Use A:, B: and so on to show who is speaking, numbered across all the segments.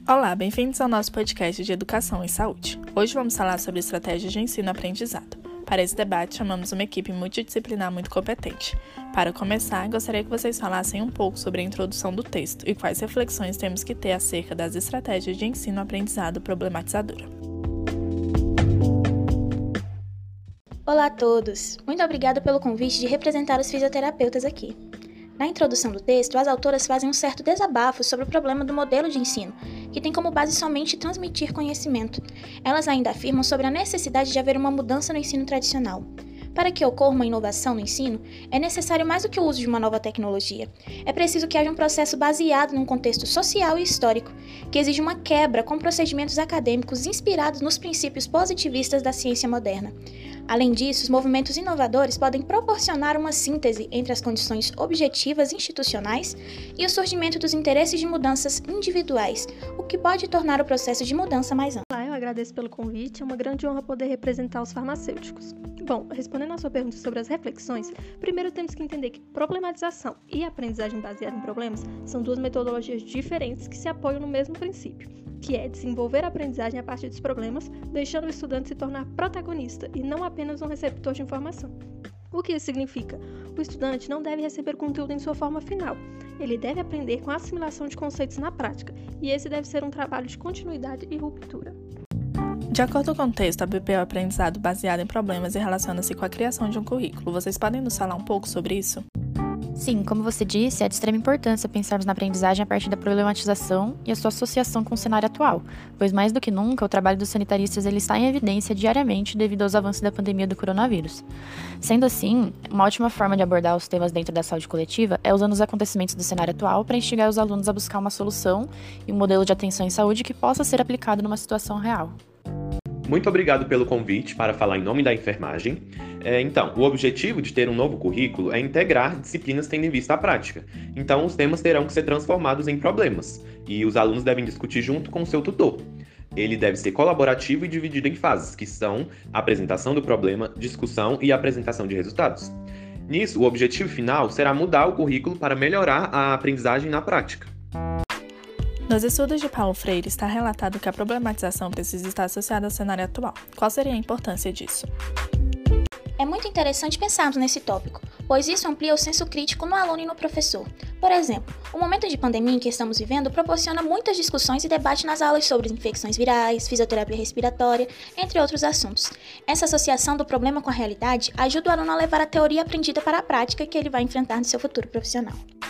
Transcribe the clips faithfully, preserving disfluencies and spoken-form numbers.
A: Olá, bem-vindos ao nosso podcast de Educação e Saúde. Hoje vamos falar sobre estratégias de ensino-aprendizado. Para esse debate, chamamos uma equipe multidisciplinar muito competente. Para começar, gostaria que vocês falassem um pouco sobre a introdução do texto e quais reflexões temos que ter acerca das estratégias de ensino-aprendizado problematizadora.
B: Olá a todos! Muito obrigada pelo convite de representar os fisioterapeutas aqui. Na introdução do texto, as autoras fazem um certo desabafo sobre o problema do modelo de ensino, que tem como base somente transmitir conhecimento. Elas ainda afirmam sobre a necessidade de haver uma mudança no ensino tradicional. Para que ocorra uma inovação no ensino, é necessário mais do que o uso de uma nova tecnologia. É preciso que haja um processo baseado num contexto social e histórico, que exige uma quebra com procedimentos acadêmicos inspirados nos princípios positivistas da ciência moderna. Além disso, os movimentos inovadores podem proporcionar uma síntese entre as condições objetivas institucionais e o surgimento dos interesses de mudanças individuais, o que pode tornar o processo de mudança mais amplo.
C: Olá, eu agradeço pelo convite, é uma grande honra poder representar os farmacêuticos. Bom, respondendo à sua pergunta sobre as reflexões, primeiro temos que entender que problematização e aprendizagem baseada em problemas são duas metodologias diferentes que se apoiam no mesmo princípio, que é desenvolver a aprendizagem a partir dos problemas, deixando o estudante se tornar protagonista e não apenas um receptor de informação. O que isso significa? O estudante não deve receber conteúdo em sua forma final. Ele deve aprender com a assimilação de conceitos na prática, e esse deve ser um trabalho de continuidade e ruptura.
A: De acordo com o texto, a B P é o aprendizado baseado em problemas e relaciona-se com a criação de um currículo. Vocês podem nos falar um pouco sobre isso?
D: Sim, como você disse, é de extrema importância pensarmos na aprendizagem a partir da problematização e a sua associação com o cenário atual, pois mais do que nunca o trabalho dos sanitaristas ele está em evidência diariamente devido aos avanços da pandemia do coronavírus. Sendo assim, uma ótima forma de abordar os temas dentro da saúde coletiva é usando os acontecimentos do cenário atual para instigar os alunos a buscar uma solução e um modelo de atenção em saúde que possa ser aplicado numa situação real.
E: Muito obrigado pelo convite para falar em nome da enfermagem. É, então, o objetivo de ter um novo currículo é integrar disciplinas tendo em vista a prática. Então, os temas terão que ser transformados em problemas, e os alunos devem discutir junto com o seu tutor. Ele deve ser colaborativo e dividido em fases, que são a apresentação do problema, discussão e apresentação de resultados. Nisso, o objetivo final será mudar o currículo para melhorar a aprendizagem na prática.
A: Nos estudos de Paulo Freire está relatado que a problematização precisa estar associada ao cenário atual. Qual seria a importância disso?
B: É muito interessante pensarmos nesse tópico, pois isso amplia o senso crítico no aluno e no professor. Por exemplo, o momento de pandemia em que estamos vivendo proporciona muitas discussões e debates nas aulas sobre infecções virais, fisioterapia respiratória, entre outros assuntos. Essa associação do problema com a realidade ajuda o aluno a levar a teoria aprendida para a prática que ele vai enfrentar no seu futuro profissional.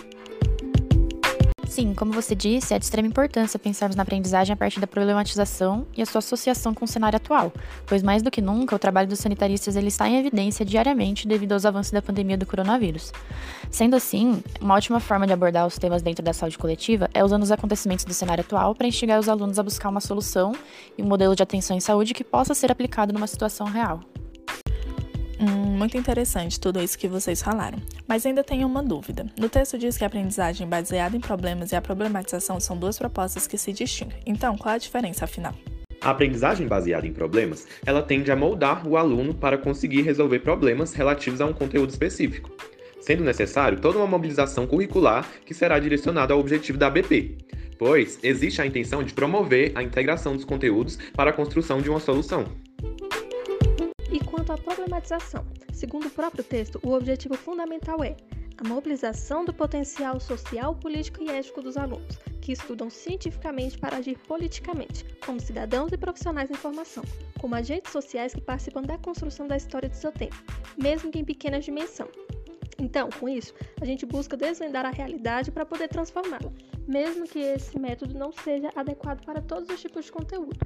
D: Sim, como você disse, é de extrema importância pensarmos na aprendizagem a partir da problematização e a sua associação com o cenário atual, pois mais do que nunca o trabalho dos sanitaristas ele está em evidência diariamente devido aos avanços da pandemia do coronavírus. Sendo assim, uma ótima forma de abordar os temas dentro da saúde coletiva é usando os acontecimentos do cenário atual para instigar os alunos a buscar uma solução e um modelo de atenção em saúde que possa ser aplicado numa situação real.
A: Hum, muito interessante tudo isso que vocês falaram, mas ainda tenho uma dúvida. No texto diz que a aprendizagem baseada em problemas e a problematização são duas propostas que se distinguem. Então, qual a diferença afinal?
E: A aprendizagem baseada em problemas, ela tende a moldar o aluno para conseguir resolver problemas relativos a um conteúdo específico, sendo necessário toda uma mobilização curricular que será direcionada ao objetivo da A B P, pois existe a intenção de promover a integração dos conteúdos para a construção de uma solução.
C: E quanto à problematização, segundo o próprio texto, o objetivo fundamental é a mobilização do potencial social, político e ético dos alunos, que estudam cientificamente para agir politicamente, como cidadãos e profissionais da informação, como agentes sociais que participam da construção da história do seu tempo, mesmo que em pequena dimensão. Então, com isso, a gente busca desvendar a realidade para poder transformá-la, mesmo que esse método não seja adequado para todos os tipos de conteúdo.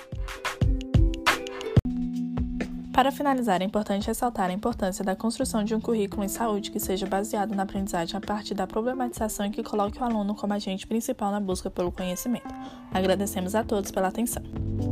A: Para finalizar, é importante ressaltar a importância da construção de um currículo em saúde que seja baseado na aprendizagem a partir da problematização e que coloque o aluno como agente principal na busca pelo conhecimento. Agradecemos a todos pela atenção.